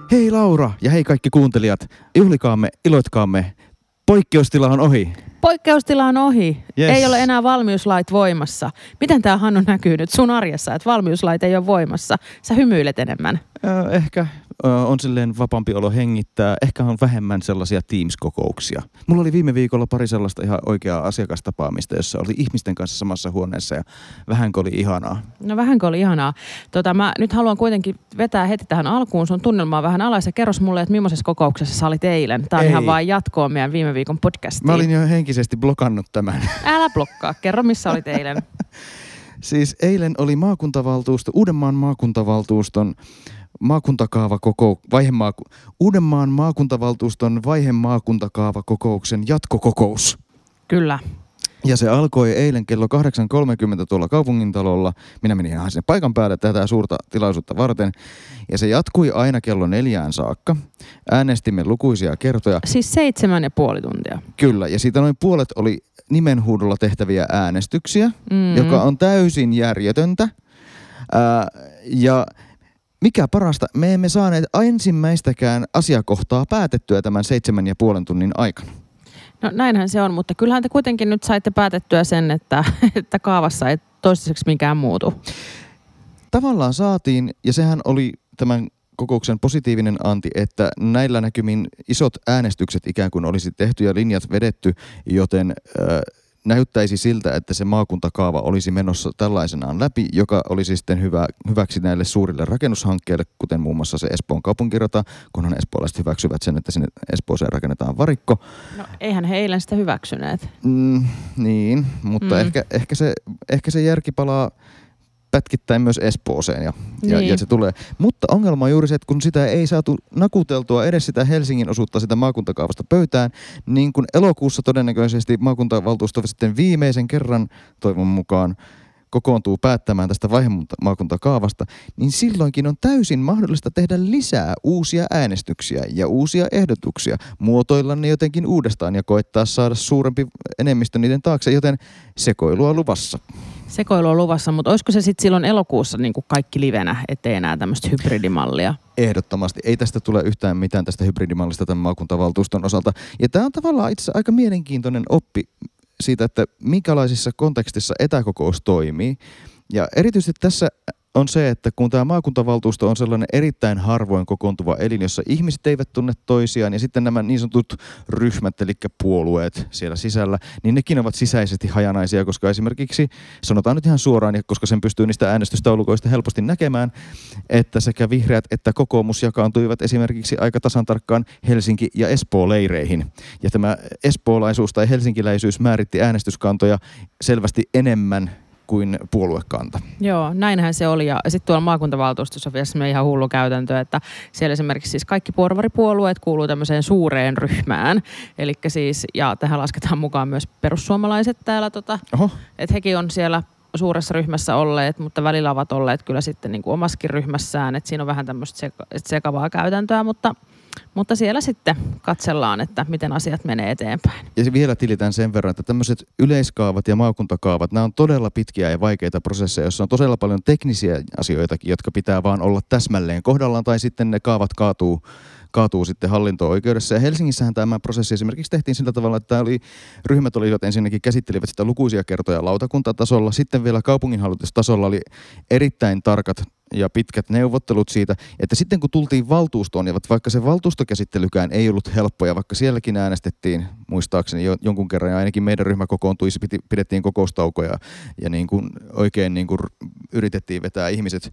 Hei Laura ja hei kaikki kuuntelijat, juhlikaamme, iloitkaamme, poikkeustila on ohi. Poikkeustila on ohi. Yes. Ei ole enää valmiuslait voimassa. Miten tää Hannu näkyy nyt sun arjessa, että valmiuslait ei ole voimassa? Sä hymyilet enemmän. Ehkä on silleen vapaampi olo hengittää. Ehkä on vähemmän sellaisia Teams-kokouksia. Mulla oli viime viikolla pari sellaista ihan oikeaa asiakastapaamista, jossa oli ihmisten kanssa samassa huoneessa ja vähänkö oli ihanaa. No vähänkö oli ihanaa. Mä nyt haluan kuitenkin vetää heti tähän alkuun sun tunnelmaa vähän alas ja kerros mulle, että millaisessa kokouksessa sä olit eilen. Tää on ihan vaan jatkoa meidän viime viikon podcastiin. Mä olin jo henkisesti blokannut tämän. Älä blokkaa. Kerro, missä olit eilen. Siis eilen oli Uudenmaan maakuntavaltuuston Uudenmaan maakuntavaltuuston vaihemaakuntakaavakokouksen jatkokokous. Kyllä. Ja se alkoi eilen kello 8.30 tuolla kaupungintalolla. Minä menin ihan sinne paikan päälle tätä suurta tilaisuutta varten. Ja se jatkui aina kello 4 saakka. Äänestimme lukuisia kertoja. Siis 7,5 tuntia. Kyllä, ja siitä noin puolet oli nimenhuudolla tehtäviä äänestyksiä, joka on täysin järjetöntä. Ja mikä parasta, me emme saaneet ensimmäistäkään asiakohtaa päätettyä tämän 7,5 tunnin aikana. No näinhän se on, mutta kyllähän te kuitenkin nyt saitte päätettyä sen, että kaavassa ei toistaiseksi mikään muutu. Tavallaan saatiin, ja sehän oli tämän kokouksen positiivinen anti, että näillä näkymin isot äänestykset ikään kuin olisi tehty ja linjat vedetty, joten näyttäisi siltä, että se maakuntakaava olisi menossa tällaisenaan läpi, joka olisi sitten hyväksi näille suurille rakennushankkeille, kuten muun muassa se Espoon kaupunkirata, kunhan espoolaiset hyväksyvät sen, että sinne Espooseen rakennetaan varikko. No eihän he eilen sitä hyväksyneet. Niin, mutta ehkä se järki palaa pätkittäin myös Espooseen ja se tulee. Mutta ongelma on juuri se, että kun sitä ei saatu nakuteltua edes sitä Helsingin osuutta sitä maakuntakaavasta pöytään, niin kun elokuussa todennäköisesti maakuntavaltuusto sitten viimeisen kerran toivon mukaan kokoontuu päättämään tästä vaihemaakuntakaavasta, niin silloinkin on täysin mahdollista tehdä lisää uusia äänestyksiä ja uusia ehdotuksia, muotoilla ne jotenkin uudestaan ja koettaa saada suurempi enemmistö niiden taakse, joten sekoilua luvassa. Sekoilua luvassa, mutta olisiko se sitten silloin elokuussa niin kuin kaikki livenä, ettei enää tämmöistä hybridimallia? Ehdottomasti. Ei tästä tule yhtään mitään tästä hybridimallista tämän maakuntavaltuuston osalta. Ja tämä on tavallaan itse asiassa aika mielenkiintoinen oppi siitä, että minkälaisissa kontekstissa etäkokous toimii. Ja erityisesti tässä on se, että kun tämä maakuntavaltuusto on sellainen erittäin harvoin kokoontuva elin, jossa ihmiset eivät tunne toisiaan ja sitten nämä niin sanotut ryhmät, eli puolueet siellä sisällä, niin nekin ovat sisäisesti hajanaisia, koska esimerkiksi, sanotaan nyt ihan suoraan, ja koska sen pystyy niistä äänestystaulukoista helposti näkemään, että sekä vihreät että kokoomus jakaantuivat esimerkiksi aika tasan tarkkaan Helsinki- ja Espoo-leireihin. Ja tämä espoolaisuus tai helsinkiläisyys määritti äänestyskantoja selvästi enemmän kuin puoluekanta. Joo, näinhän se oli. Ja sitten tuolla maakuntavaltuustossa on vielä semmoinen ihan hullu käytäntö, että siellä esimerkiksi siis kaikki porvaripuolueet kuuluu tämmöiseen suureen ryhmään. Elikkä siis, ja tähän lasketaan mukaan myös perussuomalaiset täällä, että hekin on siellä suuressa ryhmässä olleet, mutta välillä ovat olleet kyllä sitten niin kuin omaskin ryhmässään, että siinä on vähän tämmöistä sekavaa käytäntöä, mutta siellä sitten katsellaan, että miten asiat menee eteenpäin. Ja vielä tilitään sen verran, että tämmöiset yleiskaavat ja maakuntakaavat, nämä on todella pitkiä ja vaikeita prosesseja, joissa on todella paljon teknisiä asioitakin, jotka pitää vaan olla täsmälleen kohdallaan, tai sitten ne kaavat kaatuu sitten hallinto-oikeudessa. Ja Helsingissähän tämä prosessi esimerkiksi tehtiin sillä tavalla, että ryhmät ensinnäkin käsittelivät sitä lukuisia kertoja lautakuntatasolla, sitten vielä kaupunginhallitustasolla oli erittäin tarkat ja pitkät neuvottelut siitä, että sitten kun tultiin valtuustoon, ja vaikka se valtuustokäsittelykään ei ollut helppo, ja vaikka sielläkin äänestettiin, muistaakseni jonkun kerran, ja ainakin meidän ryhmä kokoontui, pidettiin kokoustaukoja, ja niin kuin oikein niin kuin yritettiin vetää ihmiset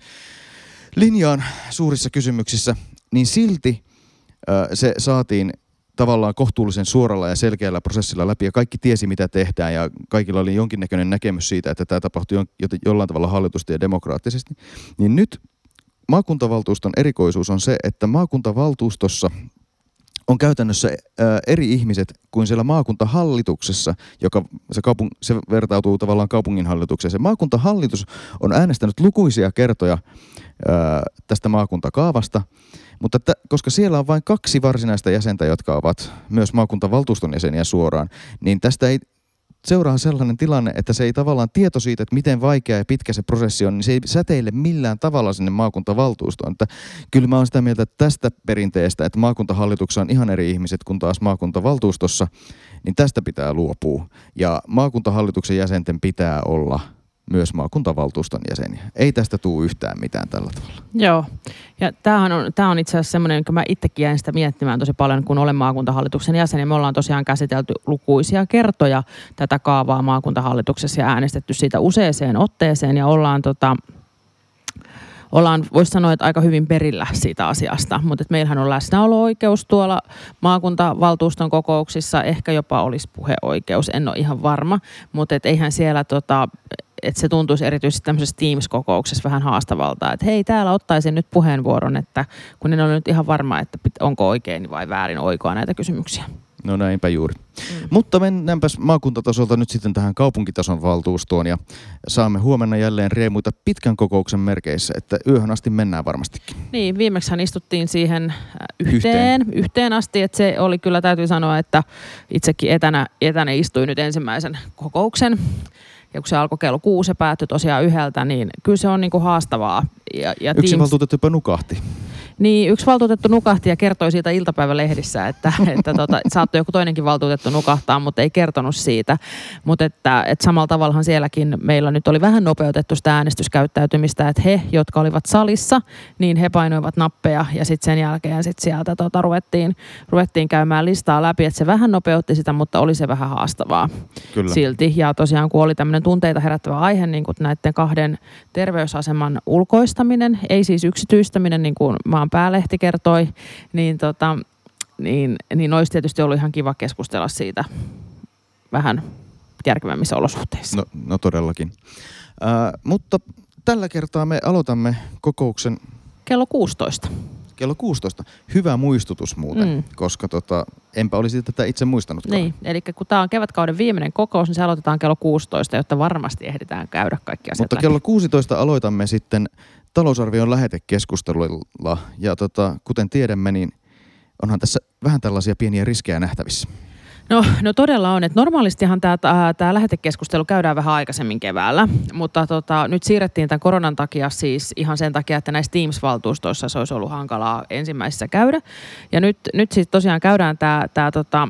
linjaan suurissa kysymyksissä, niin silti se saatiin tavallaan kohtuullisen suoralla ja selkeällä prosessilla läpi ja kaikki tiesi mitä tehdään ja kaikilla oli jonkinnäköinen näkemys siitä, että tämä tapahtui jollain tavalla hallitusti ja demokraattisesti. Niin nyt maakuntavaltuuston erikoisuus on se, että maakuntavaltuustossa on käytännössä eri ihmiset kuin siellä maakuntahallituksessa, se vertautuu tavallaan kaupunginhallitukseen. Se maakuntahallitus on äänestänyt lukuisia kertoja tästä maakuntakaavasta, mutta koska siellä on vain 2 varsinaista jäsentä, jotka ovat myös maakuntavaltuuston jäseniä suoraan, niin tästä ei seuraa sellainen tilanne, että se ei tavallaan tieto siitä, että miten vaikea ja pitkä se prosessi on, niin se ei säteile millään tavalla sinne maakuntavaltuustoon. Että kyllä mä oon sitä mieltä, että tästä perinteestä, että maakuntahallituksessa on ihan eri ihmiset kuin taas maakuntavaltuustossa, niin tästä pitää luopua. Ja maakuntahallituksen jäsenten pitää olla myös maakuntavaltuuston jäseniä. Ei tästä tule yhtään mitään tällä tavalla. Joo, ja tämä on itse asiassa semmoinen, jonka mä itsekin jäin sitä miettimään tosi paljon, kun olen maakuntahallituksen jäsen. Ja me ollaan tosiaan käsitelty lukuisia kertoja tätä kaavaa maakuntahallituksessa ja äänestetty siitä useaseen otteeseen. Ja ollaan voisi sanoa, että aika hyvin perillä siitä asiasta, mutta meillähän on läsnäolo-oikeus tuolla maakuntavaltuuston kokouksissa, ehkä jopa olisi puheoikeus, en ole ihan varma, mutta eihän siellä että se tuntuisi erityisesti tämmöisessä Teams-kokouksessa vähän haastavalta, että hei, täällä ottaisin nyt puheenvuoron, että kun en ole nyt ihan varma, että onko oikein vai väärin oikoa näitä kysymyksiä. No näinpä juuri. Mutta mennäänpäs maakuntatasolta nyt sitten tähän kaupunkitason valtuustoon ja saamme huomenna jälleen riemuita pitkän kokouksen merkeissä, että yöhön asti mennään varmastikin. Niin, viimeksihän istuttiin siihen yhteen asti, että se oli kyllä, täytyy sanoa, että itsekin etänä istuin nyt ensimmäisen kokouksen. Ja kun se alkoi kello 6 ja päättyi tosiaan 1, niin kyllä se on niinku haastavaa. Yksi valtuutettu jopa nukahti. Niin, yksi valtuutettu nukahti ja kertoi siitä iltapäivälehdissä, että saattoi joku toinenkin valtuutettu nukahtaa, mutta ei kertonut siitä. Mutta että samalla tavallahan sielläkin meillä nyt oli vähän nopeutettu sitä äänestyskäyttäytymistä, että he, jotka olivat salissa, niin he painoivat nappeja ja sitten sen jälkeen sieltä ruvettiin käymään listaa läpi, että se vähän nopeutti sitä, mutta oli se vähän haastavaa. Kyllä. Silti. Ja tosiaan kun oli tämmöinen tunteita herättävä aihe, niin kuin näiden 2 terveysaseman ulkoistaminen, ei siis yksityistäminen, niin kuin maan päälehti kertoi, niin olisi tietysti ollut ihan kiva keskustella siitä vähän järkevämmissä olosuhteissa. No todellakin. Mutta tällä kertaa me aloitamme kokouksen kello 16. Kello 16. Hyvä muistutus muuten, koska enpä olisi tätä itse muistanutkaan. Niin, eli kun tämä on kevätkauden viimeinen kokous, niin se aloitetaan kello 16, jotta varmasti ehditään käydä kaikki asiat Mutta läpi. kello 16 aloitamme sitten talousarvion lähetekeskustelulla ja kuten tiedämme, niin onhan tässä vähän tällaisia pieniä riskejä nähtävissä. No todella on, että normaalistihan tämä lähetekeskustelu käydään vähän aikaisemmin keväällä, mutta nyt siirrettiin tämän koronan takia siis ihan sen takia, että näissä Teams-valtuustoissa se olisi ollut hankalaa ensimmäisessä käydä. Ja nyt siis tosiaan käydään tämä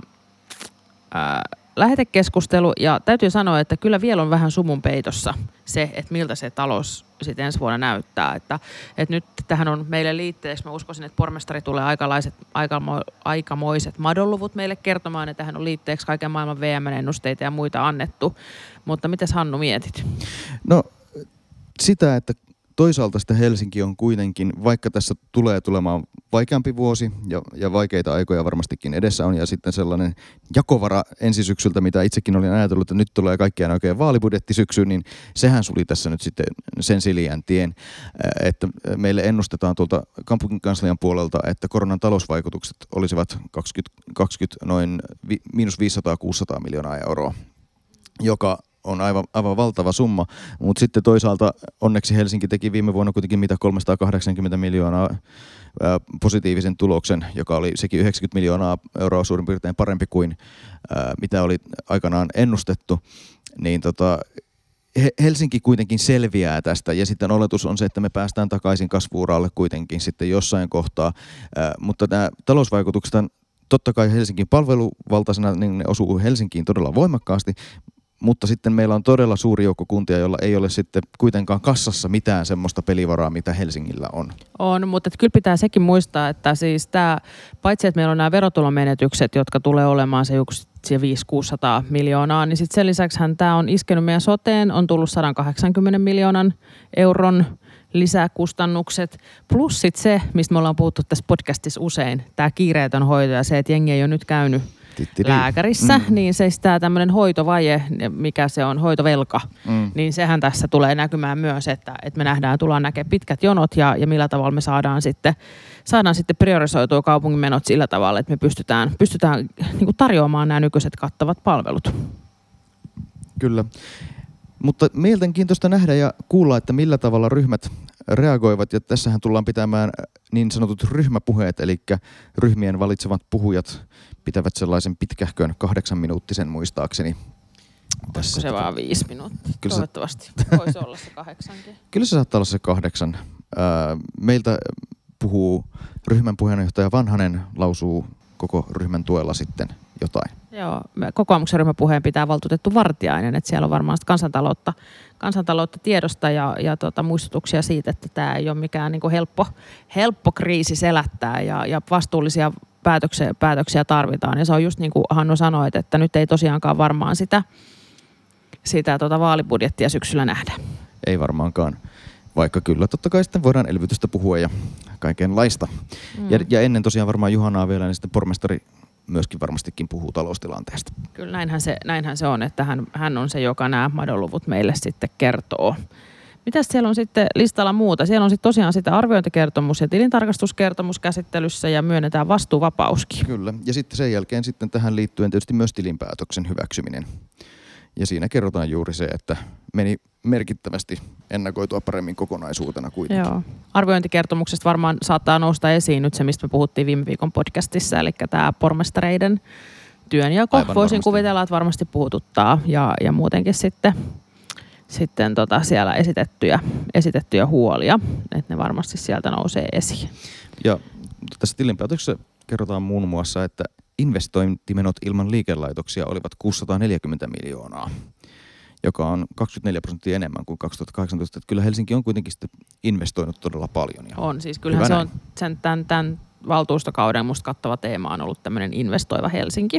lähetekeskustelu ja täytyy sanoa, että kyllä vielä on vähän sumun peitossa se, että miltä se talous sitten ensi vuonna näyttää. Että nyt tähän on meille liitteeksi, mä uskoisin, että pormestari tulee aikamoiset madonluvut meille kertomaan, että tähän on liitteeksi kaiken maailman VM-ennusteita ja muita annettu. Mutta mitäs Hannu mietit? No sitä, että toisaalta sitä Helsinki on kuitenkin, vaikka tässä tulee tulemaan vaikeampi vuosi ja vaikeita aikoja varmastikin edessä on ja sitten sellainen jakovara ensi syksyltä, mitä itsekin olin ajatellut, että nyt tulee kaikkiaan oikein vaalibudjetti syksyyn, niin sehän suli tässä nyt sitten sen siljän tien, että meille ennustetaan tuolta kaupunkikanslian puolelta, että koronan talousvaikutukset olisivat 2020 noin -500-600 miljoonaa euroa, joka on aivan valtava summa, mutta sitten toisaalta onneksi Helsinki teki viime vuonna kuitenkin 380 miljoonaa positiivisen tuloksen, joka oli sekin 90 miljoonaa euroa suurin piirtein parempi kuin mitä oli aikanaan ennustettu, niin Helsinki kuitenkin selviää tästä ja sitten oletus on se, että me päästään takaisin kasvu-uralle kuitenkin sitten jossain kohtaa, mutta nämä talousvaikutukset totta kai Helsingin palveluvaltaisena, niin ne osuu Helsinkiin todella voimakkaasti, mutta sitten meillä on todella suuri joukko kuntia, joilla ei ole sitten kuitenkaan kassassa mitään semmoista pelivaraa, mitä Helsingillä on. On, mutta kyllä pitää sekin muistaa, että siis paitsi että meillä on nämä verotulomenetykset, jotka tulee olemaan se 500-600 miljoonaa, niin sitten sen lisäksihän tämä on iskenyt meidän soteen, on tullut 180 miljoonan euron lisäkustannukset, plus sitten se, mistä me ollaan puhuttu tässä podcastissa usein, tämä kiireetön hoito ja se, että jengi ei ole nyt käynyt lääkärissä, niin se tämä tämmöinen hoitovaje, mikä se on, hoitovelka, niin sehän tässä tulee näkymään myös, että me tullaan näkemään pitkät jonot ja millä tavalla me saadaan sitten priorisoitua kaupungin menot sillä tavalla, että me pystytään niin kuin tarjoamaan nämä nykyiset kattavat palvelut. Kyllä. Mutta mielenkiintoista nähdä ja kuulla, että millä tavalla ryhmät reagoivat. Ja tässähän tullaan pitämään niin sanotut ryhmäpuheet, eli ryhmien valitsevat puhujat pitävät sellaisen pitkähkön 8-minuuttisen muistaakseni Olisiko se vaan 5 minuuttia? Kyllä Toivottavasti. Voisi olla se 8kin. Kyllä se saattaa olla se 8. Meiltä puhuu ryhmän puheenjohtaja Vanhanen, lausuu koko ryhmän tuella sitten jotain. Joo, kokoomuksen ryhmäpuheen pitää valtuutettu Vartiainen, että siellä on varmaan kansantaloutta tiedosta ja muistutuksia siitä, että tämä ei ole mikään niin kuin helppo kriisi selättää ja vastuullisia päätöksiä tarvitaan. Ja se on just niin kuin Hannu sanoi, että nyt ei tosiaankaan varmaan sitä vaalibudjettia syksyllä nähdä. Ei varmaankaan, vaikka kyllä totta kai sitten voidaan elvytystä puhua ja kaikenlaista. Ja ennen tosiaan varmaan Juhanaa vielä, niin sitten pormestari myöskin varmastikin puhuu taloustilanteesta. Kyllä näinhän se on, että hän on se, joka nämä madonluvut meille sitten kertoo. Mitäs siellä on sitten listalla muuta? Siellä on sitten tosiaan sitä arviointikertomus ja tilintarkastuskertomus käsittelyssä ja myönnetään vastuuvapauskin. Kyllä, ja sitten sen jälkeen sitten tähän liittyen tietysti myös tilinpäätöksen hyväksyminen. Ja siinä kerrotaan juuri se, että meni merkittävästi ennakoitua paremmin kokonaisuutena kuitenkin. Joo. Arviointikertomuksesta varmaan saattaa nousta esiin nyt se, mistä me puhuttiin viime viikon podcastissa, eli tämä pormestareiden työnjako. Aivan Voisin varmasti kuvitella, että varmasti puhututtaa ja muutenkin sitten siellä esitettyjä huolia, että ne varmasti sieltä nousee esiin. Ja tässä tilinpäätöksessä kerrotaan muun muassa, että investointimenot ilman liikelaitoksia olivat 640 miljoonaa, joka on 24% enemmän kuin 2018. Että kyllä Helsinki on kuitenkin sitten investoinut todella paljon. Ja on siis, kyllähän se on tämän valtuustokauden musta kattava teema on ollut tämmöinen investoiva Helsinki.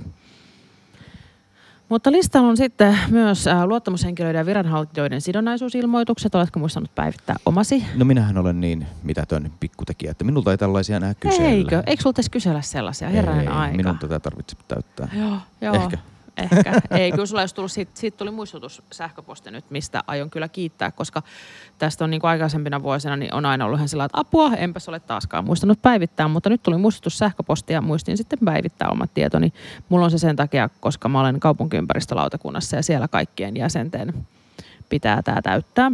Mutta listalla on sitten myös luottamushenkilöiden ja viranhaltijoiden sidonnaisuusilmoitukset. Oletko muistanut päivittää omasi? No minähän olen niin mitätön pikkutekijä, että minulta ei tällaisia enää kysellä. Eikö? Eikö sulta edes kysellä sellaisia? Herranen aika. Minun tätä tarvitsee täyttää. Joo. Ehkä. Ei, kyllä sulla olisi tullut, siitä tuli muistutus sähköposti nyt, mistä aion kyllä kiittää, koska tästä on niin kuin aikaisempina vuosina, niin on aina ollut ihan sillä, että apua, enpäs ole taaskaan muistanut päivittää, mutta nyt tuli muistutus sähköposti ja muistin sitten päivittää omat tietoni. Mulla on se sen takia, koska mä olen kaupunkiympäristölautakunnassa ja siellä kaikkien jäsenten pitää tämä täyttää.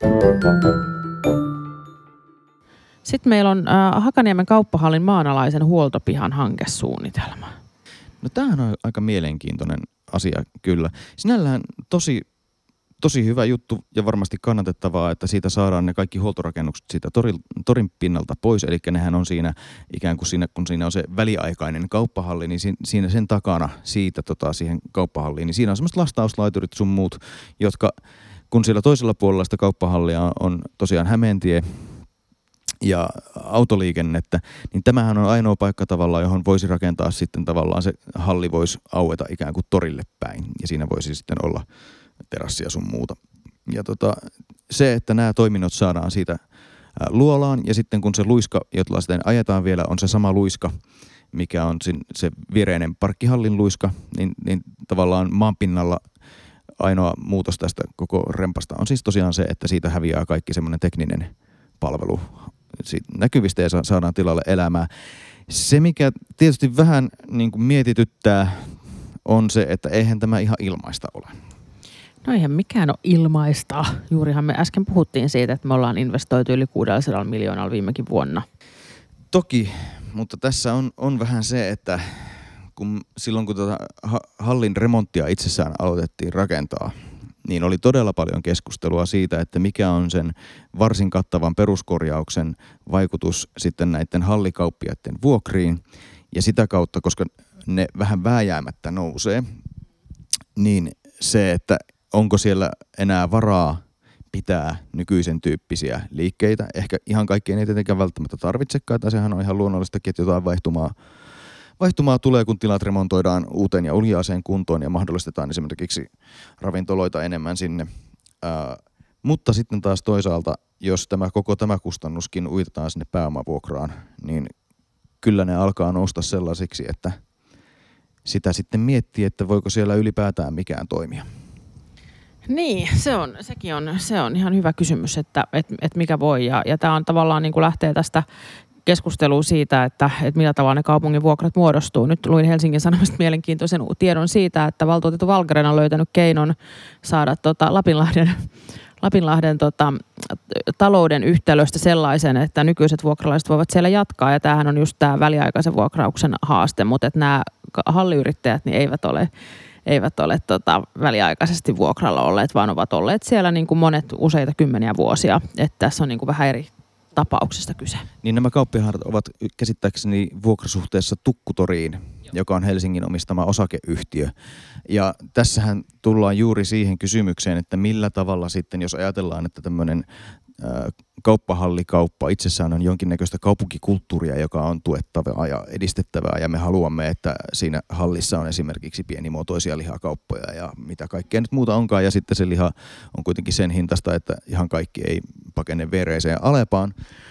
Sitten meillä on Hakaniemen kauppahallin maanalaisen huoltopihan hankesuunnitelma. No tämähän on aika mielenkiintoinen asia kyllä. Sinällään tosi hyvä juttu ja varmasti kannatettavaa, että siitä saadaan ne kaikki huoltorakennukset siitä torin pinnalta pois. Eli nehän on siinä ikään kuin kun siinä on se väliaikainen kauppahalli, niin siinä sen takana siitä siihen kauppahalliin, niin siinä on semmoiset lastauslaiturit sun muut, jotka kun siellä toisella puolella sitä kauppahallia on tosiaan Hämeentie ja autoliikennettä, niin tämähän on ainoa paikka tavallaan, johon voisi rakentaa sitten tavallaan se halli voisi aueta ikään kuin torille päin ja siinä voisi sitten olla terassia sun muuta. Ja se, että nämä toiminnot saadaan siitä luolaan ja sitten kun se luiska, jota sitten ajetaan vielä, on se sama luiska, mikä on se viereinen parkkihallin luiska, niin tavallaan maanpinnalla ainoa muutos tästä koko rempasta on siis tosiaan se, että siitä häviää kaikki semmoinen tekninen palvelu näkyvistä ja saadaan tilalle elämää. Se, mikä tietysti vähän niin kuin mietityttää, on se, että eihän tämä ihan ilmaista ole. No eihän mikään ole ilmaista. Juurihan me äsken puhuttiin siitä, että me ollaan investoitu yli 600 miljoonalla viimekin vuonna. Toki, mutta tässä on vähän se, että silloin kun hallin remonttia itsessään aloitettiin rakentaa, niin oli todella paljon keskustelua siitä, että mikä on sen varsin kattavan peruskorjauksen vaikutus sitten näiden hallikauppiaiden vuokriin. Ja sitä kautta, koska ne vähän vääjäämättä nousee, niin se, että onko siellä enää varaa pitää nykyisen tyyppisiä liikkeitä. Ehkä ihan kaikkien ei tietenkään välttämättä tarvitsekaan, tai sehän on ihan luonnollistakin, että jotain vaihtumaa tulee, kun tilat remontoidaan uuteen ja uljaaseen kuntoon ja mahdollistetaan esimerkiksi ravintoloita enemmän sinne. Mutta sitten taas toisaalta, jos koko tämä kustannuskin uitetaan sinne pääomavuokraan, niin kyllä ne alkaa nousta sellaisiksi, että sitä sitten miettii, että voiko siellä ylipäätään mikään toimia. Niin, se on ihan hyvä kysymys, että mikä voi. Ja tämä on tavallaan niin kuin lähtee tästä keskustelua siitä, että millä tavalla ne kaupungin vuokrat muodostuu. Nyt luin Helsingin Sanomista mielenkiintoisen tiedon siitä, että valtuutettu Valgren on löytänyt keinon saada Lapinlahden talouden yhtälöstä sellaisen, että nykyiset vuokralaiset voivat siellä jatkaa. Ja tämähän on just tämä väliaikaisen vuokrauksen haaste, mutta että nämä halliyrittäjät niin eivät ole väliaikaisesti vuokralla olleet, vaan ovat olleet siellä niin kuin monet useita kymmeniä vuosia. Että tässä on niin kuin vähän eri tapauksesta kyse. Niin nämä kauppahaarat ovat käsittääkseni vuokrasuhteessa Tukkutoriin, joka on Helsingin omistama osakeyhtiö. Ja tässähän tullaan juuri siihen kysymykseen, että millä tavalla sitten, jos ajatellaan, että tämmöinen kauppahallikauppa itsessään on jonkinnäköistä kaupunkikulttuuria, joka on tuettavaa ja edistettävää, ja me haluamme, että siinä hallissa on esimerkiksi pienimuotoisia lihakauppoja ja mitä kaikkea nyt muuta onkaan, ja sitten se liha on kuitenkin sen hintaista, että ihan kaikki ei pakene viereiseen Alepaan,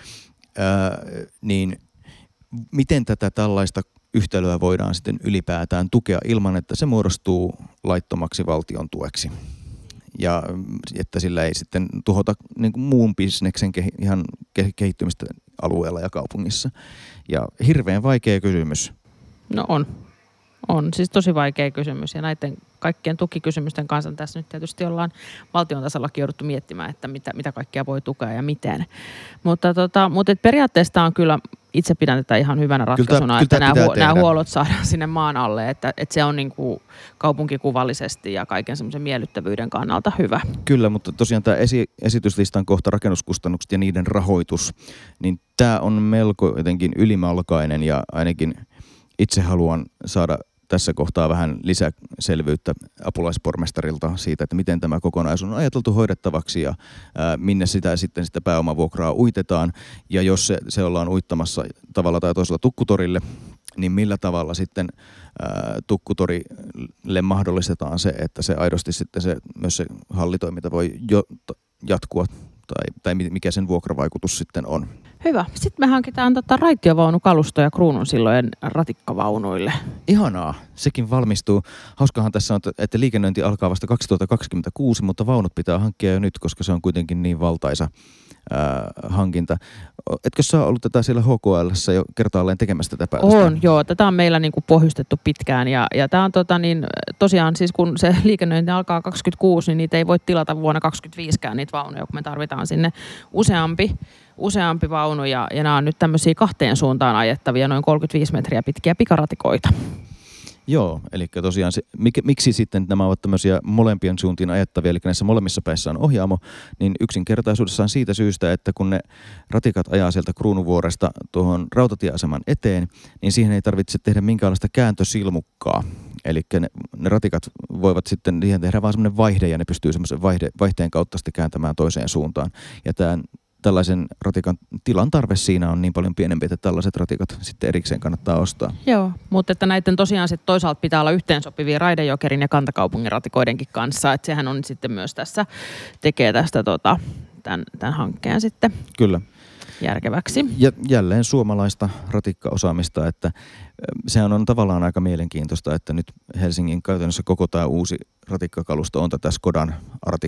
niin miten tätä tällaista yhtälöä voidaan sitten ylipäätään tukea ilman, että se muodostuu laittomaksi valtion tueksi? Ja että sillä ei sitten tuhota niin kuin muun bisneksen ihan kehittymistä alueella ja kaupungissa. Ja hirveän vaikea kysymys. No on siis tosi vaikea kysymys, ja näiden kaikkien tukikysymysten kanssa tässä nyt tietysti ollaan valtion tasollakin jouduttu miettimään, että mitä kaikkea voi tukea ja miten. Mutta periaatteessa on kyllä, itse pidän tätä ihan hyvänä ratkaisuna, että nämä huollot saadaan sinne maan alle, että se on niin kuin kaupunkikuvallisesti ja kaiken semmoisen miellyttävyyden kannalta hyvä. Kyllä, mutta tosiaan tämä esityslistan kohta rakennuskustannukset ja niiden rahoitus, niin tämä on melko jotenkin ylimalkainen, ja ainakin itse haluan saada tässä kohtaa vähän lisäselvyyttä apulaispormestarilta siitä, että miten tämä kokonaisuus on ajateltu hoidettavaksi ja minne sitä pääomavuokraa uitetaan. Ja jos se ollaan uittamassa tavalla tai toisella Tukkutorille, niin millä tavalla sitten Tukkutorille mahdollistetaan se, että se aidosti sitten myös se hallitoiminta voi jatkua, tai mikä sen vuokravaikutus sitten on. Hyvä. Sitten me hankitaan raitiovaunukalustoja kruununsillojen ratikkavaunuille. Ihanaa. Sekin valmistuu. Hauskahan tässä on, että liikennöinti alkaa vasta 2026, mutta vaunut pitää hankkia jo nyt, koska se on kuitenkin niin valtaisa hankinta. Etkö sä ollut tätä siellä HKL:ssä jo kertaalleen tekemässä tätä päätöstä? On, joo. Tätä on meillä niin kuin pohjustettu pitkään, ja tämä on tosiaan siis kun se liikennöinti alkaa 26, niin niitä ei voi tilata vuonna 25kään niitä vaunuja, kun me tarvitaan sinne useampi vaunu, ja nämä on nyt tämmöisiä kahteen suuntaan ajettavia, noin 35 metriä pitkiä pikaratikoita. Joo, eli tosiaan miksi sitten nämä ovat tämmöisiä molempien suuntiin ajettavia, eli näissä molemmissa päissä on ohjaamo, niin yksinkertaisuudessaan siitä syystä, että kun ne ratikat ajaa sieltä Kruunuvuoresta tuohon rautatieaseman eteen, niin siihen ei tarvitse tehdä minkäänlaista kääntösilmukkaa. Eli ne ratikat voivat sitten siihen tehdä vaan semmoinen vaihde, ja ne pystyy semmoisen vaihteen kautta sitten kääntämään toiseen suuntaan. Ja tällaisen ratikan tilan tarve siinä on niin paljon pienempi, että tällaiset ratikat sitten erikseen kannattaa ostaa. Joo, mutta että näiden tosiaan sitten toisaalta pitää olla yhteensopivia Raidejokerin ja Kantakaupungin ratikoidenkin kanssa, että sehän on sitten myös tässä, tekee tästä tämän hankkeen sitten kyllä järkeväksi. Ja jälleen suomalaista ratikkaosaamista, että sehän on tavallaan aika mielenkiintoista, että nyt Helsingin käytännössä koko tämä uusi ratikkakalusto on tätä Skodan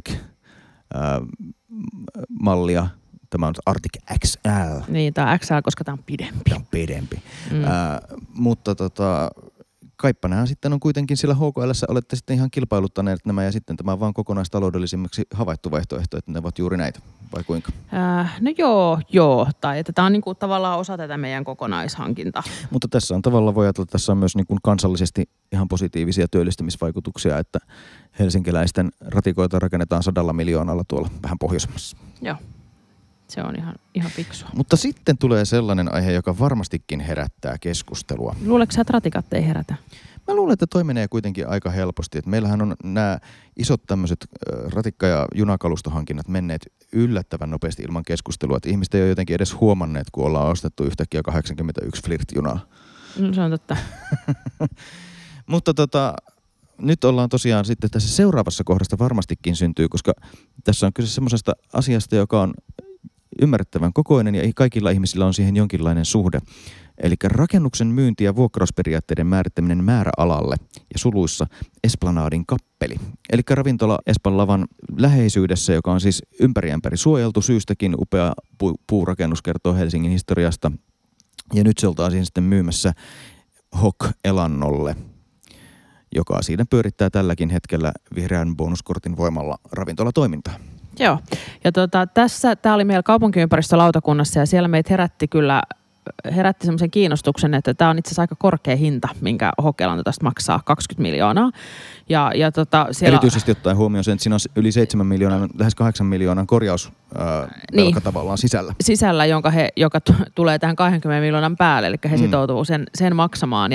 Arctic-mallia. Tämä on Arctic XL. Niin, tämä on XL, koska tämä on pidempi. Tämä on pidempi. Mutta kaippanehan sitten on kuitenkin sillä HKL:ssä olette sitten ihan kilpailuttaneet nämä, ja sitten tämä on vaan kokonaistaloudellisemmaksi havaittu vaihtoehto, että ne ovat juuri näitä, vai kuinka? No joo. Tai että tämä on niinku tavallaan osa tätä meidän kokonaishankintaa. Mutta tässä on tavallaan, voi ajatella, että tässä on myös niin kuin kansallisesti ihan positiivisia työllistämisvaikutuksia, että helsinkiläisten ratikoita rakennetaan 100 miljoonalla tuolla vähän pohjoisemmassa. Joo. Se on ihan fiksua. Mutta sitten tulee sellainen aihe, joka varmastikin herättää keskustelua. Luuletko sä, että ratikat ei herätä? Mä luulen, että toi menee kuitenkin aika helposti. Että meillähän on nämä isot tämmöiset ratikka- ja junakalustohankinnat menneet yllättävän nopeasti ilman keskustelua. Että ihmiset ei ole jotenkin edes huomanneet, kun ollaan ostettu yhtäkkiä 81 Flirt-junaa. No, se on totta. Mutta nyt ollaan tosiaan sitten tässä seuraavassa kohdasta varmastikin syntyy, koska tässä on kyse semmoisesta asiasta, joka on ymmärrettävän kokoinen ja kaikilla ihmisillä on siihen jonkinlainen suhde. Eli rakennuksen myynti- ja vuokrausperiaatteiden määrittäminen määräalalle ja suluissa Esplanadin kappeli. Eli ravintola Espan lavan läheisyydessä, joka on siis ympäri suojeltu syystäkin, upea puurakennus kertoo Helsingin historiasta. Ja nyt se oltaisiin sitten myymässä Hok-elannolle, joka siinä pyörittää tälläkin hetkellä vihreän bonuskortin voimalla ravintolatoimintaa. Joo, ja tämä oli meillä kaupunkiympäristölautakunnassa, ja siellä meitä herätti kyllä herätti semmoisen kiinnostuksen, että tämä on itse asiassa aika korkea hinta, minkä Hok-Elanto tästä maksaa, 20 miljoonaa. Ja siellä... Erityisesti ottaen huomioon sen, että siinä on yli 7 miljoonaa, lähes 8 miljoonan korjausvelka tavallaan sisällä. Sisällä, joka tulee tähän 20 miljoonan päälle, eli he sitoutuu sen maksamaan.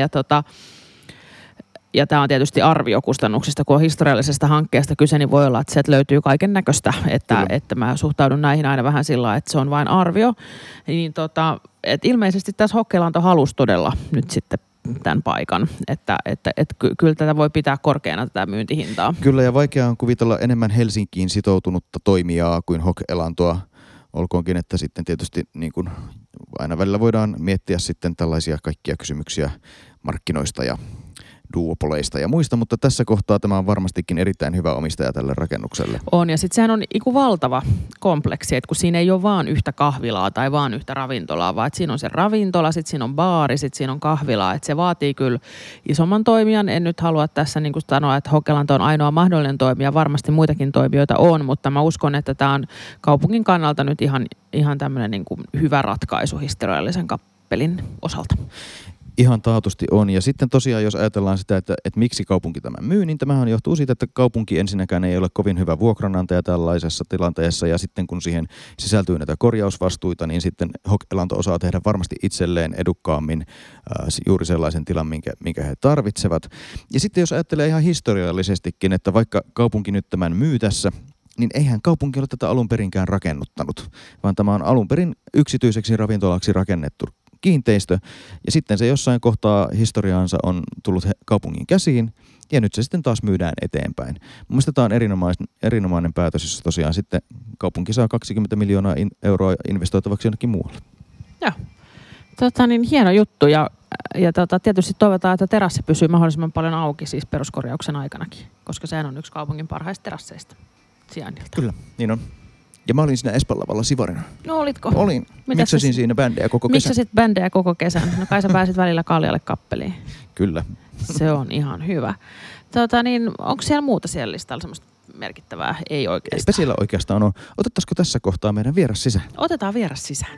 Ja tämä on tietysti arviokustannuksista, kun on historiallisesta hankkeesta kyse, niin voi olla, että sieltä löytyy kaiken näköistä, että mä suhtaudun näihin aina vähän sillä lailla, että se on vain arvio. Niin että ilmeisesti tässä Hok-Elanto halusi todella nyt sitten tämän paikan, että kyllä tätä voi pitää korkeana tätä myyntihintaa. Kyllä, ja vaikea on kuvitella enemmän Helsinkiin sitoutunutta toimijaa kuin Hok-Elantoa. Olkoonkin, että sitten tietysti niin kuin aina välillä voidaan miettiä sitten tällaisia kaikkia kysymyksiä markkinoista ja duopoleista ja muista, mutta tässä kohtaa tämä on varmastikin erittäin hyvä omistaja tälle rakennukselle. On, ja sitten sehän on valtava kompleksi, että kun siinä ei ole vaan yhtä kahvilaa tai vaan yhtä ravintolaa, vaan että siinä on se ravintola, sitten siinä on baari, sitten siinä on kahvilaa, että se vaatii kyllä isomman toimijan. En nyt halua tässä niin kuin sanoa, että Hok-Elanto on ainoa mahdollinen toimija, varmasti muitakin toimijoita on, mutta mä uskon, että tämä on kaupungin kannalta nyt ihan tämmöinen niin kuin hyvä ratkaisu historiallisen kappelin osalta. Ihan taatusti on. Ja sitten tosiaan, jos ajatellaan sitä, että miksi kaupunki tämän myy, niin tämähän johtuu siitä, että kaupunki ensinnäkään ei ole kovin hyvä vuokranantaja tällaisessa tilanteessa. Ja sitten kun siihen sisältyy näitä korjausvastuita, niin sitten Hok-Elanto osaa tehdä varmasti itselleen edukkaammin juuri sellaisen tilan, minkä he tarvitsevat. Ja sitten jos ajattelee ihan historiallisestikin, että vaikka kaupunki nyt tämän myy tässä, niin eihän kaupunki ole tätä alun perinkään rakennuttanut, vaan tämä on alun perin yksityiseksi ravintolaksi rakennettu kiinteistö, ja sitten se jossain kohtaa historiaansa on tullut kaupungin käsiin, ja nyt se sitten taas myydään eteenpäin. Mun mielestä tämä on erinomainen päätös, jossa tosiaan sitten kaupunki saa 20 miljoonaa euroa investoitavaksi jonnekin muualle. Joo, hieno juttu, ja tietysti toivotaan, että terassi pysyy mahdollisimman paljon auki siis peruskorjauksen aikanakin, koska sehän on yksi kaupungin parhaista terasseista sijainnilta. Kyllä, niin on. Ja mä olin siinä Espanlavalla sivarina. No olitko? Olin. Miksasin siinä bändejä koko kesän. Miksasit bändejä koko kesän? No kai sä pääsit välillä kaljalle kappeliin. Kyllä. Se on ihan hyvä. Onko siellä muuta siellä listalla semmoista merkittävää? Ei oikeastaan. Eipä siellä oikeastaan ole. Otettaisiko tässä kohtaa meidän vieras sisään? Otetaan vieras sisään.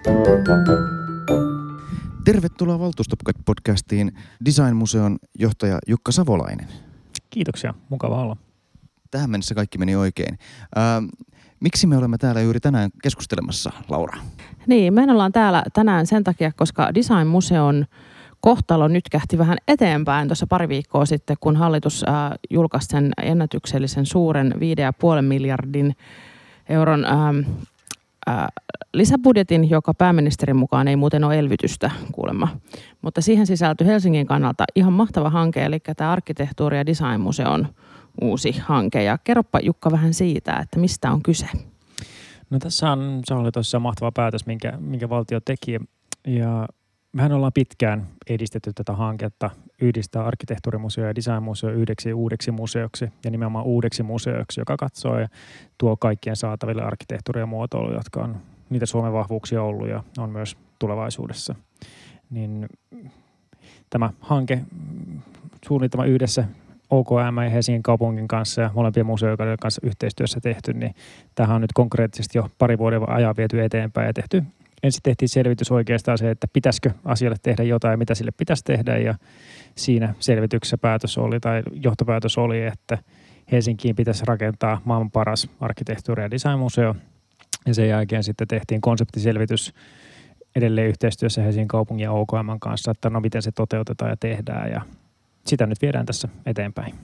Tervetuloa Valtuusto-podcastiin Design-museon johtaja Jukka Savolainen. Kiitoksia. Mukava olla. Tähän mennessä kaikki meni oikein. Miksi me olemme täällä juuri tänään keskustelemassa, Laura? Niin, me ollaan täällä tänään sen takia, koska Design-museon kohtalo nyt kähti vähän eteenpäin tuossa pari viikkoa sitten, kun hallitus julkaisi sen ennätyksellisen suuren 5,5 miljardin euron lisäbudjetin, joka pääministerin mukaan ei muuten ole elvytystä kuulemma. Mutta siihen sisältyi Helsingin kannalta ihan mahtava hanke, eli tämä arkkitehtuuri- ja Design-museon uusi hanke. Ja kerropa Jukka vähän siitä, että mistä on kyse. No tässä se oli tosiaan mahtava päätös, minkä valtio teki. Ja mehän ollaan pitkään edistetty tätä hanketta yhdistää arkkitehtuurimuseo ja designmuseo yhdeksi uudeksi museoksi ja nimenomaan uudeksi museoksi, joka katsoo ja tuo kaikkien saataville arkkitehtuuri- ja muotoiluja, jotka on niitä Suomen vahvuuksia ollut ja on myös tulevaisuudessa. Niin tämä hanke suunnitelma yhdessä OKM ja Helsingin kaupungin kanssa ja molempien museoiden kanssa yhteistyössä tehty, niin tämähän on nyt konkreettisesti jo pari vuoden ajan viety eteenpäin ja tehty. Ensin tehtiin selvitys oikeastaan se, että pitäisikö asialle tehdä jotain ja mitä sille pitäisi tehdä, ja siinä selvityksessä johtopäätös oli, että Helsinkiin pitäisi rakentaa maailman paras arkkitehtuuri- ja designmuseo, ja sen jälkeen sitten tehtiin konseptiselvitys edelleen yhteistyössä Helsingin kaupungin ja OKM:n kanssa, että no miten se toteutetaan ja tehdään, ja sitä nyt viedään tässä eteenpäin.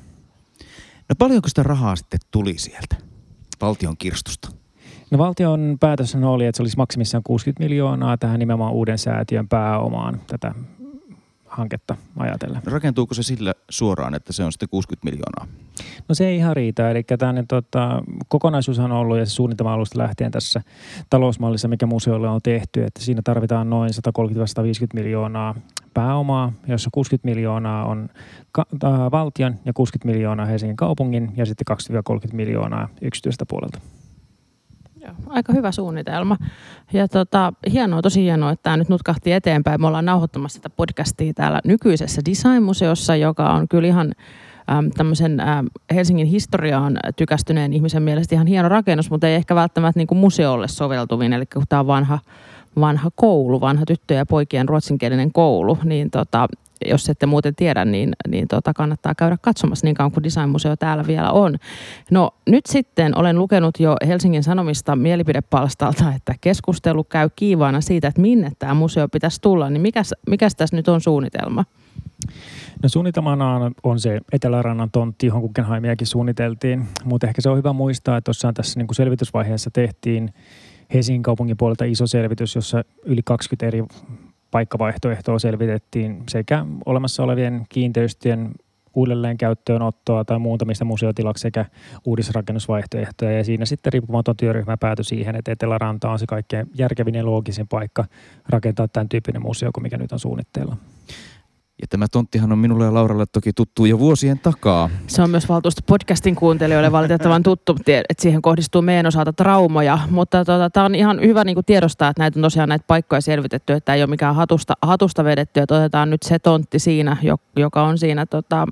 No paljonko sitä rahaa sitten tuli sieltä valtion kirstusta? No valtion päätös oli, että se olisi maksimissaan 60 miljoonaa tähän nimenomaan uuden säätiön pääomaan tätä hanketta ajatellen. Rakentuuko se sillä suoraan, että se on sitten 60 miljoonaa? No se ei ihan riitä. Eli tämän kokonaisuus on ollut ja se suunnitelma alusta lähtien tässä talousmallissa, mikä museolle on tehty, että siinä tarvitaan noin 130-150 miljoonaa pääomaa, jossa 60 miljoonaa on valtion ja 60 miljoonaa Helsingin kaupungin ja sitten 20-30 miljoonaa yksityistä puolelta. Joo, aika hyvä suunnitelma. Ja tosi hienoa, että tämä nyt nutkahti eteenpäin. Me ollaan nauhoittamassa tätä podcastia täällä nykyisessä Design-museossa, joka on kyllä ihan tämmöisen Helsingin historiaan tykästyneen ihmisen mielestä ihan hieno rakennus, mutta ei ehkä välttämättä niin kuin museolle soveltuvin. Eli kun tämä on vanha koulu, vanha tyttöjen ja poikien ruotsinkielinen koulu, niin jos ette muuten tiedä, niin kannattaa käydä katsomassa niin kauan kuin Designmuseo täällä vielä on. No nyt sitten olen lukenut jo Helsingin Sanomista mielipidepalstalta, että keskustelu käy kiivaana siitä, että minne tämä museo pitäisi tulla, niin mikäs tässä nyt on suunnitelma? No suunnitelmana on se Etelärannan tontti, johon Guggenheimiakin suunniteltiin, mutta ehkä se on hyvä muistaa, että tuossa tässä niin kuin selvitysvaiheessa tehtiin Helsingin kaupungin puolelta iso selvitys, jossa yli 20 eri paikkavaihtoehtoa selvitettiin sekä olemassa olevien kiinteistöjen uudelleen käyttöönottoa tai muuntamista museotilaksi sekä uudisrakennusvaihtoehtoja. Ja siinä sitten riippumaton työryhmä päätyi siihen, että Eteläranta on se kaikkein järkevin ja loogisin paikka rakentaa tämän tyyppinen museo kuin mikä nyt on suunnitteilla. Ja tämä tonttihan on minulle ja Lauralle toki tuttu jo vuosien takaa. Se on myös valtuusto-podcastin kuuntelijoille valitettavan tuttu, että siihen kohdistuu meidän osalta traumoja. Mutta tämä on ihan hyvä niin kuin tiedostaa, että näitä on tosiaan näitä paikkoja selvitetty, että ei ole mikään hatusta vedetty. Että otetaan nyt se tontti siinä, joka on siinä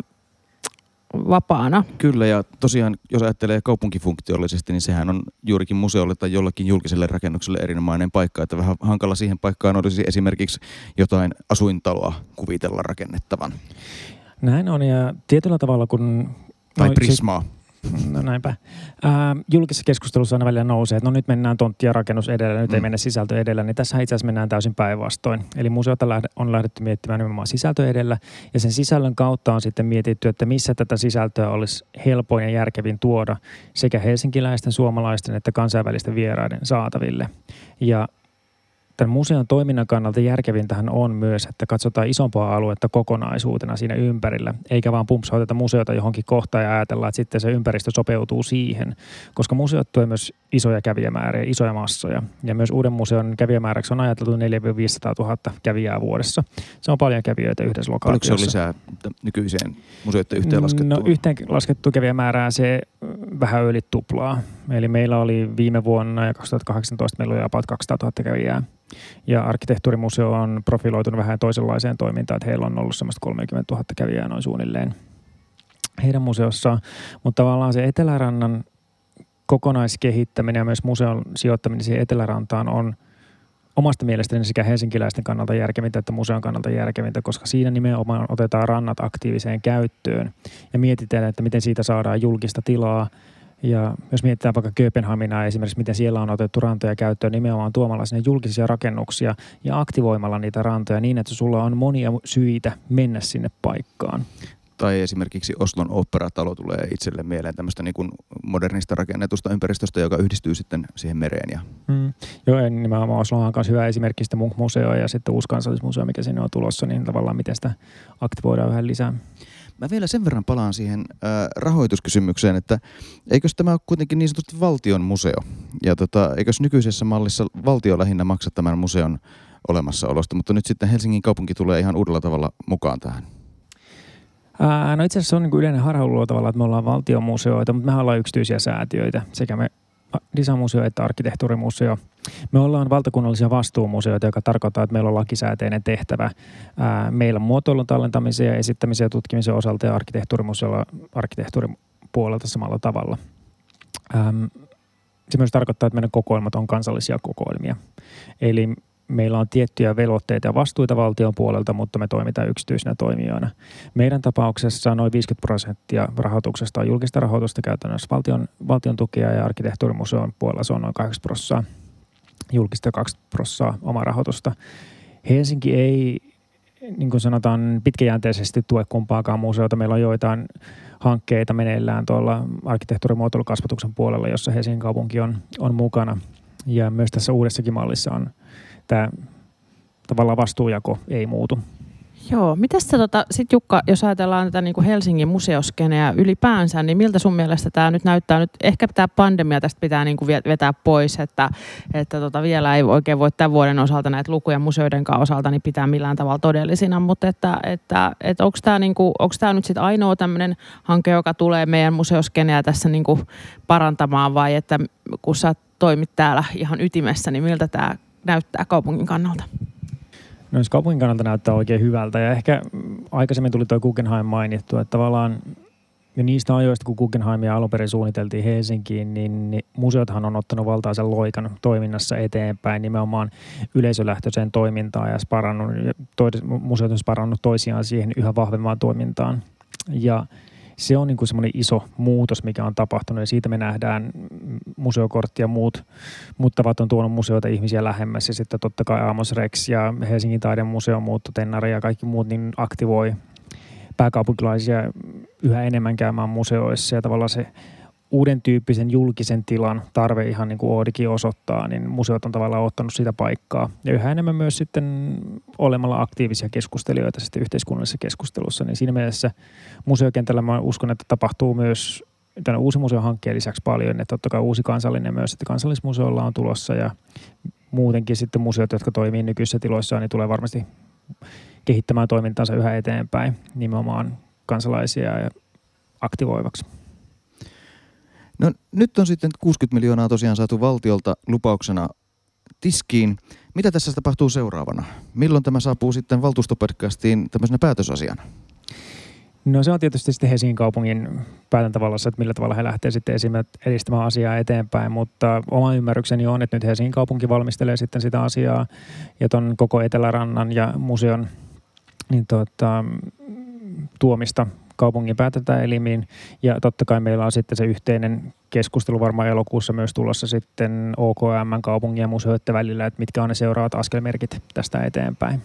vapaana. Kyllä, ja tosiaan jos ajattelee kaupunkifunktiollisesti, niin sehän on juurikin museolle tai jollakin julkiselle rakennukselle erinomainen paikka. Että vähän hankala siihen paikkaan olisi esimerkiksi jotain asuintaloa kuvitella rakennettavan. Näin on, ja tietyllä tavalla kun... Tai Prismaa. No näinpä. Julkisessa keskustelussa aina välillä nousee, että no nyt mennään tontti ja rakennus edellä, nyt ei mennä sisältö edellä, niin tässä itse asiassa mennään täysin päinvastoin. Eli museota on lähdetty miettimään nimenomaan sisältö edellä, ja sen sisällön kautta on sitten mietitty, että missä tätä sisältöä olisi helpoin ja järkevin tuoda sekä helsinkiläisten, suomalaisten että kansainvälisten vieraiden saataville. Ja tämän museon toiminnan kannalta järkevintähän on myös, että katsotaan isompaa aluetta kokonaisuutena siinä ympärillä, eikä vaan pumpsauteta museota johonkin kohtaan ja ajatellaan, että sitten se ympäristö sopeutuu siihen, koska museot tuo myös isoja kävijämääriä, isoja massoja. Ja myös uuden museon kävijämääräksi on ajateltu 400 000 kävijää vuodessa. Se on paljon kävijöitä yhdessä lokaatiossa. Oliko se lisää nykyiseen museoiden yhteenlaskettua? No yhteenlaskettua kävijämäärää se vähän yli tuplaa. Eli meillä oli viime vuonna ja 2018 meillä oli about 200 000 kävijää. Ja arkkitehtuurimuseo on profiloitunut vähän toisenlaiseen toimintaan, että heillä on ollut semmoista 30 000 kävijää noin suunnilleen heidän museossaan. Mutta tavallaan se Etelärannan kokonaiskehittäminen ja myös museon sijoittaminen siihen Etelärantaan on omasta mielestäni sekä helsinkiläisten kannalta järkevintä että museon kannalta järkevintä, koska siinä nimenomaan otetaan rannat aktiiviseen käyttöön ja mietitään, että miten siitä saadaan julkista tilaa. Ja jos mietitään vaikka Kööpenhaminaa esimerkiksi, miten siellä on otettu rantoja käyttöön nimenomaan tuomalla sinne julkisia rakennuksia ja aktivoimalla niitä rantoja niin, että sulla on monia syitä mennä sinne paikkaan. Tai esimerkiksi Oslon oopperatalo tulee itselle mieleen tämmöistä niin kuin modernista rakennetusta ympäristöstä, joka yhdistyy sitten siihen mereen. Joo, ja nimenomaan Oslo on myös hyvä esimerkki sitä Munch-museo ja sitten uusi kansallismuseo, mikä sinne on tulossa, niin tavallaan miten sitä aktivoidaan vähän lisää. Mä vielä sen verran palaan siihen rahoituskysymykseen, että eikös tämä ole kuitenkin niin sanotusti valtion museo? Ja eikös nykyisessä mallissa valtio lähinnä maksa tämän museon olemassaolosta, mutta nyt sitten Helsingin kaupunki tulee ihan uudella tavalla mukaan tähän. No itse asiassa se on niin kuin yleinen harhaluulo tavalla, että me ollaan valtiomuseoita, mutta mehän ollaan yksityisiä säätiöitä, sekä me Designmuseo että arkkitehtuurimuseo. Me ollaan valtakunnallisia vastuumuseoita, joka tarkoittaa, että meillä on lakisääteinen tehtävä. Meillä on muotoilun tallentamisen ja esittämisen ja tutkimisen osalta ja arkkitehtuurimuseolla arkkitehtuuripuolelta samalla tavalla. Se myös tarkoittaa, että meidän kokoelmat on kansallisia kokoelmia. Eli meillä on tiettyjä velvoitteita ja vastuita valtion puolelta, mutta me toimitaan yksityisinä toimijoina. Meidän tapauksessa noin 50% rahoituksesta on julkista rahoitusta, käytännössä valtion tukea, ja arkkitehtuurimuseon puolella se on noin 8% julkista ja 2% omaa rahoitusta. Helsinki ei, niin kuin sanotaan, pitkäjänteisesti tue kumpaakaan museota. Meillä on joitain hankkeita meneillään tuolla arkkitehtuurimuotoilukasvatuksen puolella, jossa Helsingin kaupunki on mukana. Ja myös tässä uudessakin mallissa on tämä tavallaan vastuujako ei muutu. Joo, mitäs sitten Jukka, jos ajatellaan tätä niin kuin Helsingin museoskeneä ylipäänsä, niin miltä sun mielestä tämä nyt näyttää? Nyt ehkä tämä pandemia tästä pitää niin kuin vetää pois, että vielä ei oikein voi tämän vuoden osalta näitä lukuja museoidenkaan osalta niin pitää millään tavalla todellisina, mutta että onko tämä nyt sitten ainoa tämmöinen hanke, joka tulee meidän museoskeneä tässä niin kuin parantamaan, vai että kun sä toimit täällä ihan ytimessä, niin miltä tämä näyttää kaupungin kannalta? No jos kaupungin kannalta näyttää oikein hyvältä, ja ehkä aikaisemmin tuli tuo Guggenheim mainittu, että tavallaan Ja niistä ajoista, kun Guggenheimia alun perin suunniteltiin Helsinkiin, niin museothan on ottanut valtaisen loikan toiminnassa eteenpäin nimenomaan yleisölähtöiseen toimintaan ja museot on sparannut toisiaan siihen yhä vahvempaan toimintaan. Ja se on niin kuin semmoinen iso muutos, mikä on tapahtunut ja siitä me nähdään museokortti ja muut tavat on tuonut museoita ihmisiä lähemmäs ja sitten totta kai Amos Rex ja Helsingin taidemuseo, Muuttotennari ja kaikki muut niin aktivoi pääkaupunkilaisia yhä enemmän käymään museoissa ja tavallaan se uuden tyyppisen julkisen tilan tarve ihan niin kuin Oodikin osoittaa, niin museot on tavallaan ottanut sitä paikkaa. Ja yhä enemmän myös sitten olemalla aktiivisia keskustelijoita sitten yhteiskunnallisessa keskustelussa, niin siinä mielessä museokentällä mä uskon, että tapahtuu myös tämän uusi museohankkeen lisäksi paljon, että totta kai uusi kansallinen myös, että kansallismuseolla on tulossa ja muutenkin sitten museot, jotka toimii nykyisissä tiloissaan, niin tulee varmasti kehittämään toimintansa yhä eteenpäin nimenomaan kansalaisia ja aktivoivaksi. No nyt on sitten 60 miljoonaa tosiaan saatu valtiolta lupauksena tiskiin. Mitä tässä tapahtuu seuraavana? Milloin tämä saapuu sitten valtuustopodcastiin tämmöisenä päätösasiana? No se on tietysti sitten Helsingin kaupungin päätäntävallassa, että millä tavalla he lähtee sitten edistämään asiaa eteenpäin, mutta oma ymmärrykseni on, että nyt Helsingin kaupunki valmistelee sitten sitä asiaa ja ton koko Etelärannan ja museon niin tuomista kaupungin päätäntäelimiin ja totta kai meillä on sitten se yhteinen keskustelu varmaan elokuussa myös tulossa sitten OKM, kaupungin ja museoiden välillä, että mitkä on ne seuraavat askelmerkit tästä eteenpäin.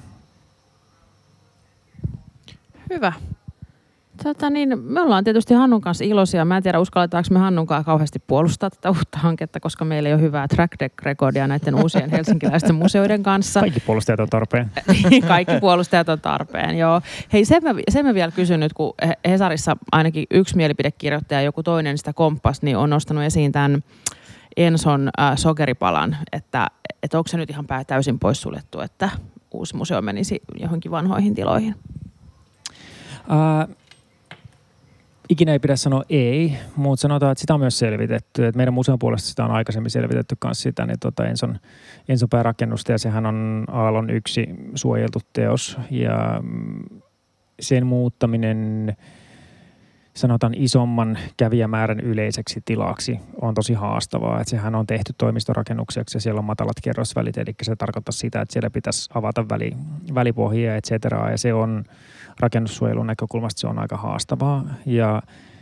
Hyvä. Me ollaan tietysti Hannun kanssa iloisia. Mä en tiedä, uskalletaanko me Hannunkaan kauheasti puolustaa tätä uutta hanketta, koska meillä ei ole hyvää track recordia näiden uusien helsinkiläisten museoiden kanssa. Kaikki puolustajat on tarpeen. Kaikki puolustajat on tarpeen, joo. Hei, sen mä vielä kysyn nyt, kun Hesarissa ainakin yksi mielipidekirjoittaja ja joku toinen sitä komppasi, niin on nostanut esiin tämän Enson sokeripalan, että onko se nyt ihan täysin poissuljettu, että uusi museo menisi johonkin vanhoihin tiloihin? Ikinä ei pidä sanoa ei, mutta sanotaan, että sitä on myös selvitetty. Että meidän museon puolesta sitä on aikaisemmin selvitetty myös sitä, niin Enson päärakennusta ja sehän on Aallon yksi suojeltu teos ja sen muuttaminen sanotaan isomman kävijämäärän yleiseksi tilaksi on tosi haastavaa. Että sehän on tehty toimistorakennukseksi ja siellä on matalat kerrosvälit, eli se tarkoittaa sitä, että siellä pitäisi avata välipohjia, et cetera. Ja se on rakennussuojelun näkökulmasta se on aika haastavaa. Ja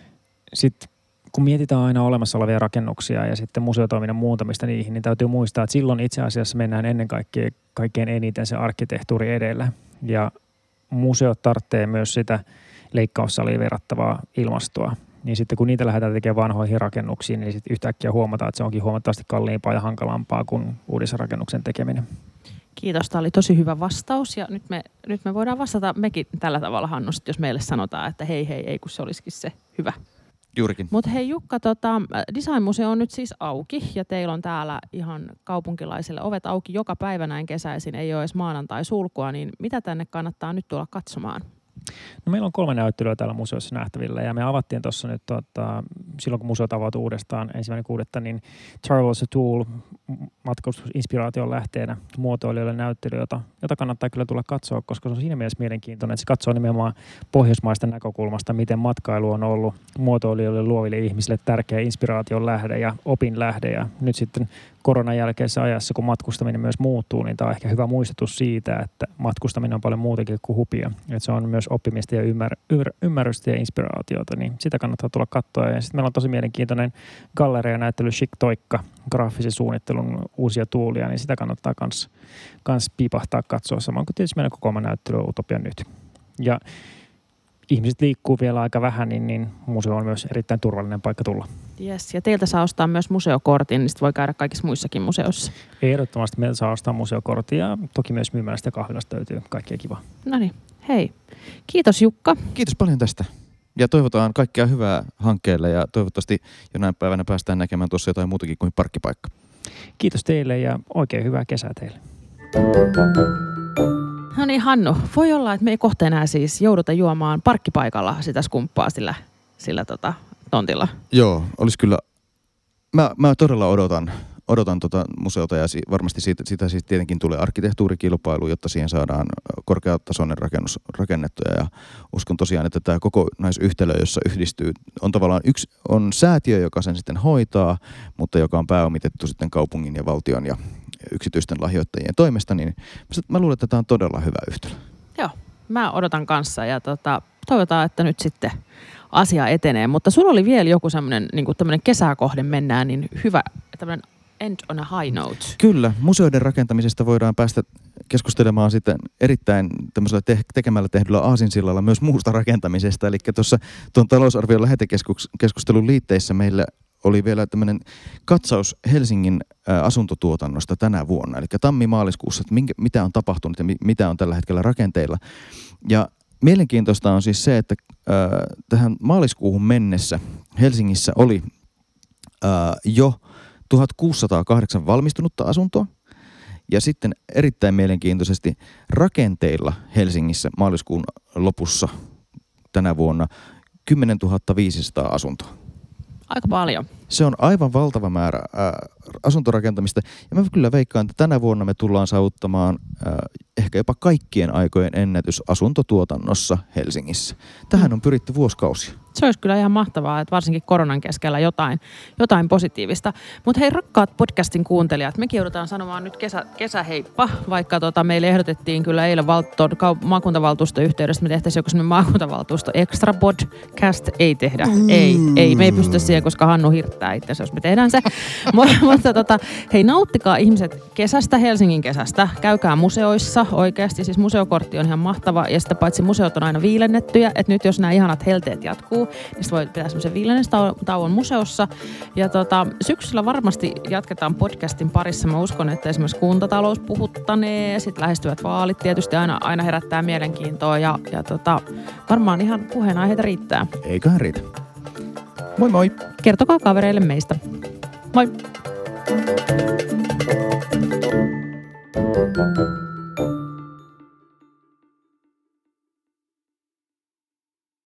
sitten kun mietitään aina olemassa olevia rakennuksia ja sitten museotoiminnan muuntamista niihin, niin täytyy muistaa, että silloin itse asiassa mennään ennen kaikkein eniten se arkkitehtuuri edellä. Ja museot tarvitsee myös sitä leikkaussaliin verrattavaa ilmastoa. Niin sitten kun niitä lähdetään tekemään vanhoihin rakennuksiin, niin sitten yhtäkkiä huomataan, että se onkin huomattavasti kalliimpaa ja hankalampaa kuin uudessa rakennuksen tekeminen. Kiitos, tämä oli tosi hyvä vastaus ja nyt me voidaan vastata mekin tällä tavalla, Hannu, jos meille sanotaan, että hei, ei kun se olisikin se hyvä. Juurikin. Mutta hei Jukka, Design-museo on nyt siis auki ja teillä on täällä ihan kaupunkilaisille ovet auki joka päivä näin kesäisin, ei ole edes maanantai-sulkua, niin mitä tänne kannattaa nyt tulla katsomaan? No meillä on 3 näyttelyä täällä museossa nähtävillä ja me avattiin tuossa nyt silloin kun museot avautui uudestaan 1.6. niin Travel as a Tool matkustusinspiraation lähteenä muotoilijoille näyttely, jota kannattaa kyllä tulla katsoa, koska se on siinä mielessä mielenkiintoinen, että se katsoo nimenomaan pohjoismaisten näkökulmasta, miten matkailu on ollut muotoilijoille, luoville ihmisille tärkeä inspiraation lähde ja opin lähde ja nyt sitten koronan jälkeisessä ajassa, kun matkustaminen myös muuttuu, niin tämä on ehkä hyvä muistutus siitä, että matkustaminen on paljon muutakin kuin hupia. Että se on myös oppimista ja ymmärrystä ja inspiraatiota, niin sitä kannattaa tulla katsoa. Ja sitten meillä on tosi mielenkiintoinen galleria-näyttely Chic Toikka, graafisen suunnittelun uusia tuulia, niin sitä kannattaa kans piipahtaa katsoa, samoin kuin tietysti meidän kokoama näyttely Utopia nyt. Ja ihmiset liikkuu vielä aika vähän, niin museo on myös erittäin turvallinen paikka tulla. Yes, ja teiltä saa ostaa myös museokortin, niin sitten voi käydä kaikissa muissakin museoissa. Ehdottomasti meiltä saa ostaa museokortin ja toki myös myymälästä ja kahvilasta löytyy kaikkea kivaa. No niin, hei. Kiitos Jukka. Kiitos paljon tästä. Ja toivotaan kaikkea hyvää hankkeelle ja toivottavasti jonain päivänä päästään näkemään tuossa jotain muutakin kuin parkkipaikka. Kiitos teille ja oikein hyvää kesää teille. No niin Hannu, voi olla, että me ei kohta enää siis jouduta juomaan parkkipaikalla sitä skumppaa sillä tontilla. Joo, olisi kyllä. Mä todella odotan odotan museota ja varmasti sitä siis tietenkin tulee arkkitehtuurikilpailu, jotta siihen saadaan korkeatasoinen rakennus rakennettuja. Ja uskon tosiaan, että tämä kokonaisyhtälö, jossa yhdistyy, on tavallaan on säätiö, joka sen sitten hoitaa, mutta joka on pääomitettu sitten kaupungin ja valtion ja yksityisten lahjoittajien toimesta, niin mä luulen, että tämä on todella hyvä yhtälö. Joo, mä odotan kanssa ja toivotaan, että nyt sitten asia etenee. Mutta sulla oli vielä joku semmoinen niin tämmöinen kesää kohden mennään, niin hyvä tämmöinen end on a high note. Kyllä, museoiden rakentamisesta voidaan päästä keskustelemaan sitten erittäin tämmöisellä tekemällä tehdyllä aasinsillalla myös muusta rakentamisesta. Eli tuossa tuon talousarvion lähetekeskustelun liitteissä meillä oli vielä tämmöinen katsaus Helsingin asuntotuotannosta tänä vuonna. Eli tammi-maaliskuussa, että mitä on tapahtunut ja mitä on tällä hetkellä rakenteilla. Ja mielenkiintoista on siis se, että tähän maaliskuuhun mennessä Helsingissä oli jo 1608 valmistunutta asuntoa. Ja sitten erittäin mielenkiintoisesti rakenteilla Helsingissä maaliskuun lopussa tänä vuonna 10 500 asuntoa. Aika paljon. Se on aivan valtava määrä asuntorakentamista. Ja mä kyllä veikkaan, että tänä vuonna me tullaan saavuttamaan ehkä jopa kaikkien aikojen ennätys asuntotuotannossa Helsingissä. Tähän on pyritty vuosikausia. Se olisi kyllä ihan mahtavaa, että varsinkin koronan keskellä jotain positiivista. Mutta hei rakkaat podcastin kuuntelijat, mekin joudutaan sanomaan nyt kesäheippa, vaikka meille ehdotettiin kyllä eilen maakuntavaltuuston yhteydessä, me tehtäisiin joku sellainen maakuntavaltuusto extra podcast, ei tehdä, ei, me ei pystytä siihen, koska Hannu hirttää itse jos me tehdään se. Mutta hei, nauttikaa ihmiset kesästä, Helsingin kesästä, käykää museoissa oikeasti, siis museokortti on ihan mahtava ja sitä paitsi museot on aina viilennettyjä, että nyt jos nämä ihanat helteet jatkuu, niin voi pitää semmoisen viilennystauon museossa. Ja syksyllä varmasti jatketaan podcastin parissa. Mä uskon, että esimerkiksi kuntatalous puhuttanee, sitten lähestyvät vaalit tietysti aina herättää mielenkiintoa ja varmaan ihan puheenaiheita riittää. Eiköhän riitä. Moi moi! Kertokaa kavereille meistä. Moi!